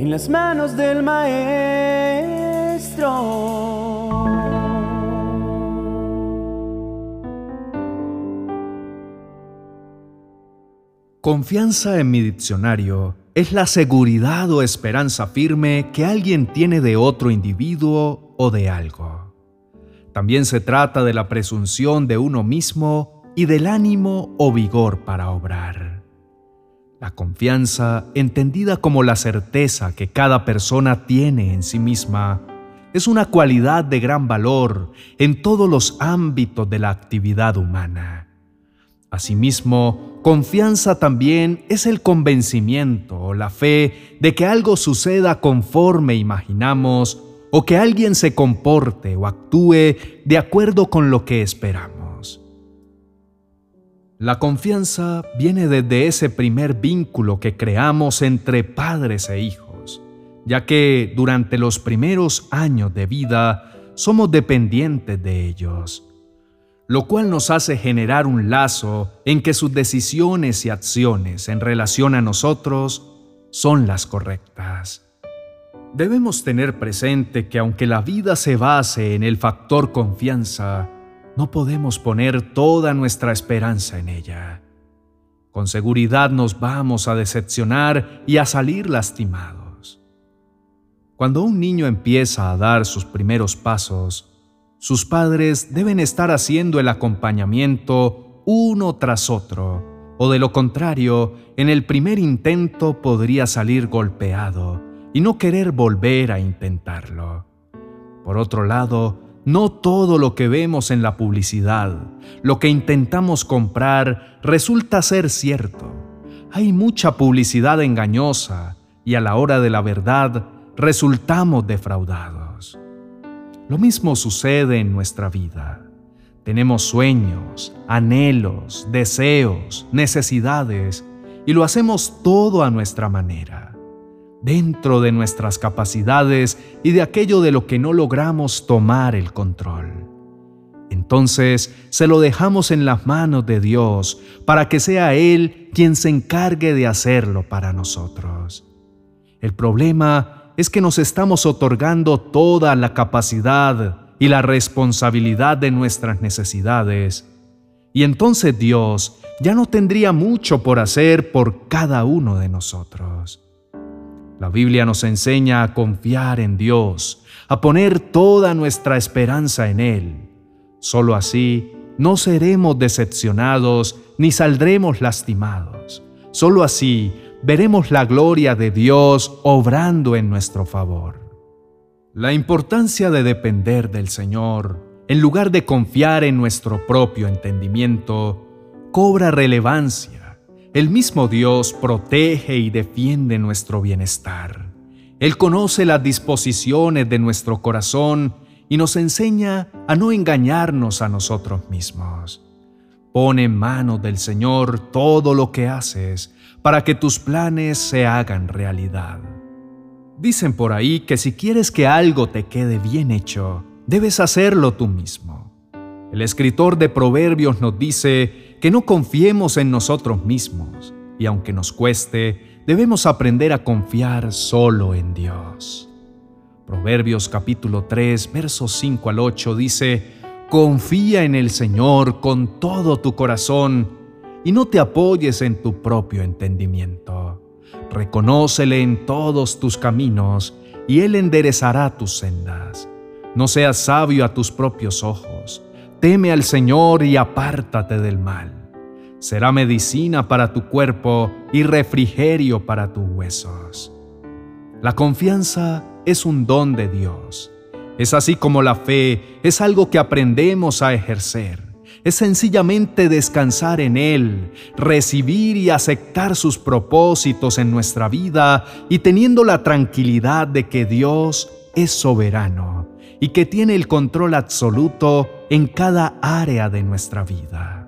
en las manos del Maestro. Confianza en mi diccionario es la seguridad o esperanza firme que alguien tiene de otro individuo o de algo. También se trata de la presunción de uno mismo y del ánimo o vigor para obrar. La confianza, entendida como la certeza que cada persona tiene en sí misma, es una cualidad de gran valor en todos los ámbitos de la actividad humana. Asimismo, confianza también es el convencimiento o la fe de que algo suceda conforme imaginamos o que alguien se comporte o actúe de acuerdo con lo que esperamos. La confianza viene desde ese primer vínculo que creamos entre padres e hijos, ya que durante los primeros años de vida somos dependientes de ellos, lo cual nos hace generar un lazo en que sus decisiones y acciones en relación a nosotros son las correctas. Debemos tener presente que aunque la vida se base en el factor confianza, no podemos poner toda nuestra esperanza en ella. Con seguridad nos vamos a decepcionar y a salir lastimados. Cuando un niño empieza a dar sus primeros pasos, sus padres deben estar haciendo el acompañamiento uno tras otro, o de lo contrario, en el primer intento podría salir golpeado y no querer volver a intentarlo. Por otro lado, no todo lo que vemos en la publicidad, lo que intentamos comprar, resulta ser cierto. Hay mucha publicidad engañosa y a la hora de la verdad resultamos defraudados. Lo mismo sucede en nuestra vida. Tenemos sueños, anhelos, deseos, necesidades y lo hacemos todo a nuestra manera, dentro de nuestras capacidades y de aquello de lo que no logramos tomar el control. Entonces se lo dejamos en las manos de Dios para que sea Él quien se encargue de hacerlo para nosotros. El problema es que nos estamos otorgando toda la capacidad y la responsabilidad de nuestras necesidades, y entonces Dios ya no tendría mucho por hacer por cada uno de nosotros. La Biblia nos enseña a confiar en Dios, a poner toda nuestra esperanza en Él. Solo así no seremos decepcionados ni saldremos lastimados. Solo así veremos la gloria de Dios obrando en nuestro favor. La importancia de depender del Señor, en lugar de confiar en nuestro propio entendimiento, cobra relevancia. El mismo Dios protege y defiende nuestro bienestar. Él conoce las disposiciones de nuestro corazón y nos enseña a no engañarnos a nosotros mismos. Pon en manos del Señor todo lo que haces para que tus planes se hagan realidad. Dicen por ahí que si quieres que algo te quede bien hecho, debes hacerlo tú mismo. El escritor de Proverbios nos dice que no confiemos en nosotros mismos y aunque nos cueste, debemos aprender a confiar solo en Dios. Proverbios capítulo 3, versos 5 al 8 dice: confía en el Señor con todo tu corazón y no te apoyes en tu propio entendimiento. Reconócele en todos tus caminos y Él enderezará tus sendas. No seas sabio a tus propios ojos. Teme al Señor y apártate del mal. Será medicina para tu cuerpo y refrigerio para tus huesos. La confianza es un don de Dios. Es así como la fe es algo que aprendemos a ejercer. Es sencillamente descansar en Él, recibir y aceptar sus propósitos en nuestra vida y teniendo la tranquilidad de que Dios es soberano y que tiene el control absoluto en cada área de nuestra vida.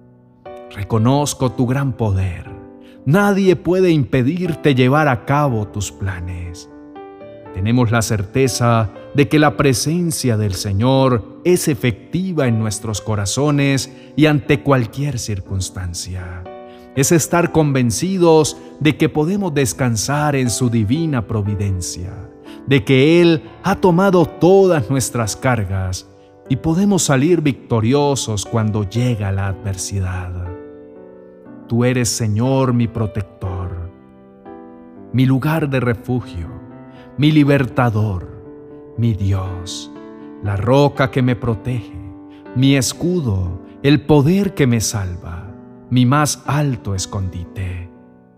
Reconozco tu gran poder. Nadie puede impedirte llevar a cabo tus planes. Tenemos la certeza de que la presencia del Señor es efectiva en nuestros corazones y ante cualquier circunstancia. es estar convencidos de que podemos descansar en su divina providencia, de que Él ha tomado todas nuestras cargas y podemos salir victoriosos cuando llega la adversidad. Tú eres, Señor, mi protector, mi lugar de refugio, mi libertador, mi Dios, la roca que me protege, mi escudo, el poder que me salva, mi más alto escondite.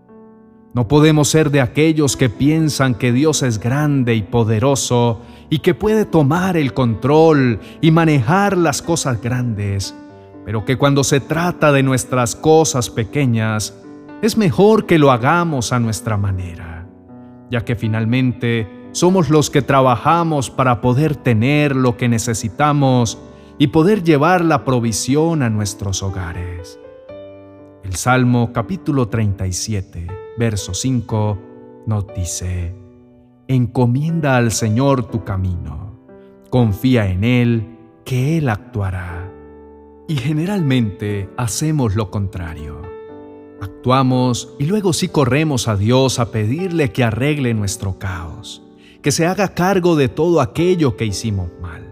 No podemos ser de aquellos que piensan que Dios es grande y poderoso y que puede tomar el control y manejar las cosas grandes, pero que cuando se trata de nuestras cosas pequeñas, es mejor que lo hagamos a nuestra manera, ya que finalmente somos los que trabajamos para poder tener lo que necesitamos y poder llevar la provisión a nuestros hogares. El Salmo capítulo 37, verso 5, nos dice: encomienda al Señor tu camino, confía en Él, que Él actuará. Y generalmente hacemos lo contrario. Actuamos y luego sí corremos a Dios a pedirle que arregle nuestro caos, que se haga cargo de todo aquello que hicimos mal.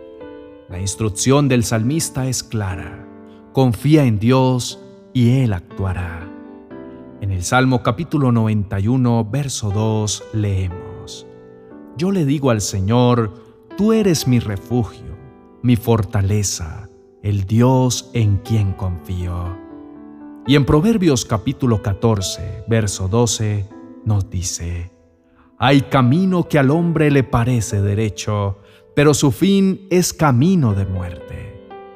La instrucción del salmista es clara: confía en Dios y Él actuará. En el Salmo capítulo 91, verso 2, leemos: yo le digo al Señor, tú eres mi refugio, mi fortaleza, el Dios en quien confío. Y en Proverbios capítulo 14, verso 12, nos dice: hay camino que al hombre le parece derecho, pero su fin es camino de muerte.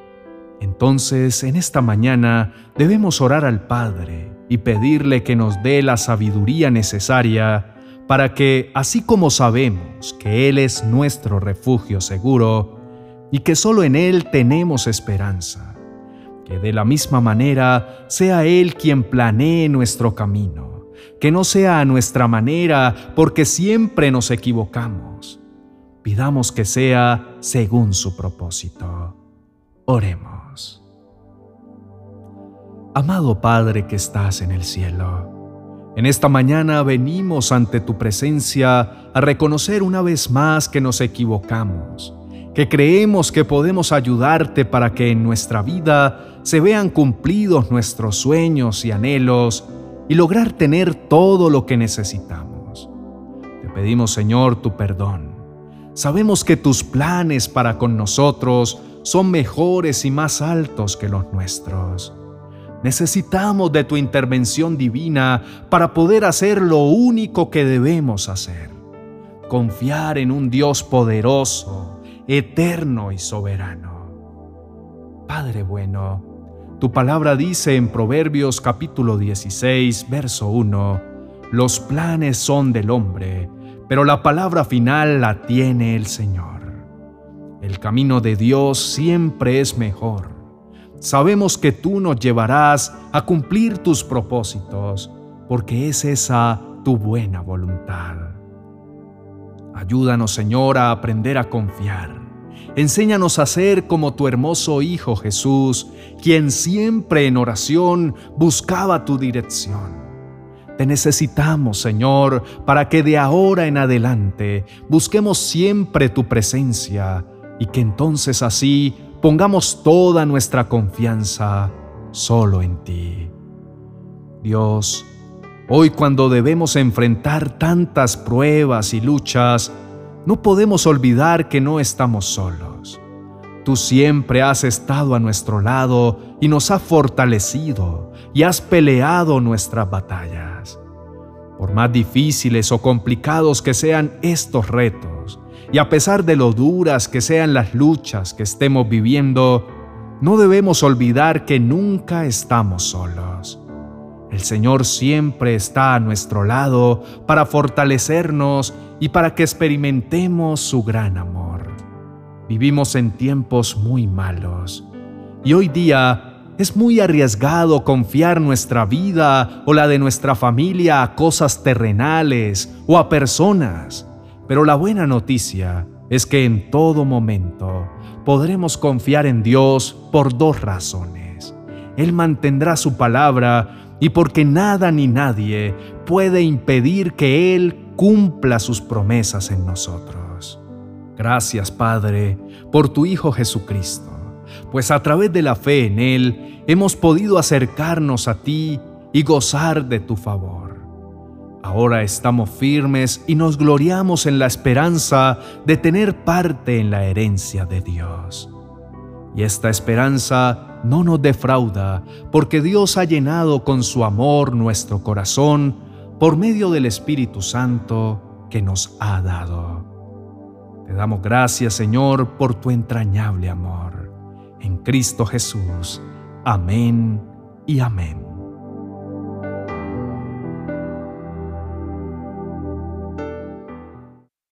Entonces, en esta mañana debemos orar al Padre y pedirle que nos dé la sabiduría necesaria para que, así como sabemos que Él es nuestro refugio seguro y que solo en Él tenemos esperanza, que de la misma manera sea Él quien planee nuestro camino, que no sea a nuestra manera porque siempre nos equivocamos. Pidamos que sea según su propósito. Oremos. Amado Padre que estás en el cielo, en esta mañana venimos ante tu presencia a reconocer una vez más que nos equivocamos, que creemos que podemos ayudarte para que en nuestra vida se vean cumplidos nuestros sueños y anhelos y lograr tener todo lo que necesitamos. Te pedimos, Señor, tu perdón. Sabemos que tus planes para con nosotros son mejores y más altos que los nuestros. Necesitamos de tu intervención divina para poder hacer lo único que debemos hacer: confiar en un Dios poderoso, eterno y soberano. Padre bueno, tu palabra dice en Proverbios capítulo 16, verso 1, los planes son del hombre, pero la palabra final la tiene el Señor. El camino de Dios siempre es mejor. Sabemos que tú nos llevarás a cumplir tus propósitos, porque es esa tu buena voluntad. Ayúdanos, Señor, a aprender a confiar. Enséñanos a ser como tu hermoso Hijo Jesús, quien siempre en oración buscaba tu dirección. Te necesitamos, Señor, para que de ahora en adelante busquemos siempre tu presencia y que entonces así pongamos toda nuestra confianza solo en ti. Dios, hoy cuando debemos enfrentar tantas pruebas y luchas, no podemos olvidar que no estamos solos. Tú siempre has estado a nuestro lado y nos has fortalecido y has peleado nuestras batallas. Por más difíciles o complicados que sean estos retos, y a pesar de lo duras que sean las luchas que estemos viviendo, no debemos olvidar que nunca estamos solos. El Señor siempre está a nuestro lado para fortalecernos y para que experimentemos su gran amor. Vivimos en tiempos muy malos y hoy día es muy arriesgado confiar nuestra vida o la de nuestra familia a cosas terrenales o a personas. Pero la buena noticia es que en todo momento podremos confiar en Dios por dos razones. Él mantendrá su palabra y porque nada ni nadie puede impedir que Él cumpla sus promesas en nosotros. Gracias, Padre, por tu Hijo Jesucristo, pues a través de la fe en Él hemos podido acercarnos a ti y gozar de tu favor. Ahora estamos firmes y nos gloriamos en la esperanza de tener parte en la herencia de Dios. Y esta esperanza no nos defrauda, porque Dios ha llenado con su amor nuestro corazón por medio del Espíritu Santo que nos ha dado. Te damos gracias, Señor, por tu entrañable amor. En Cristo Jesús. Amén y amén.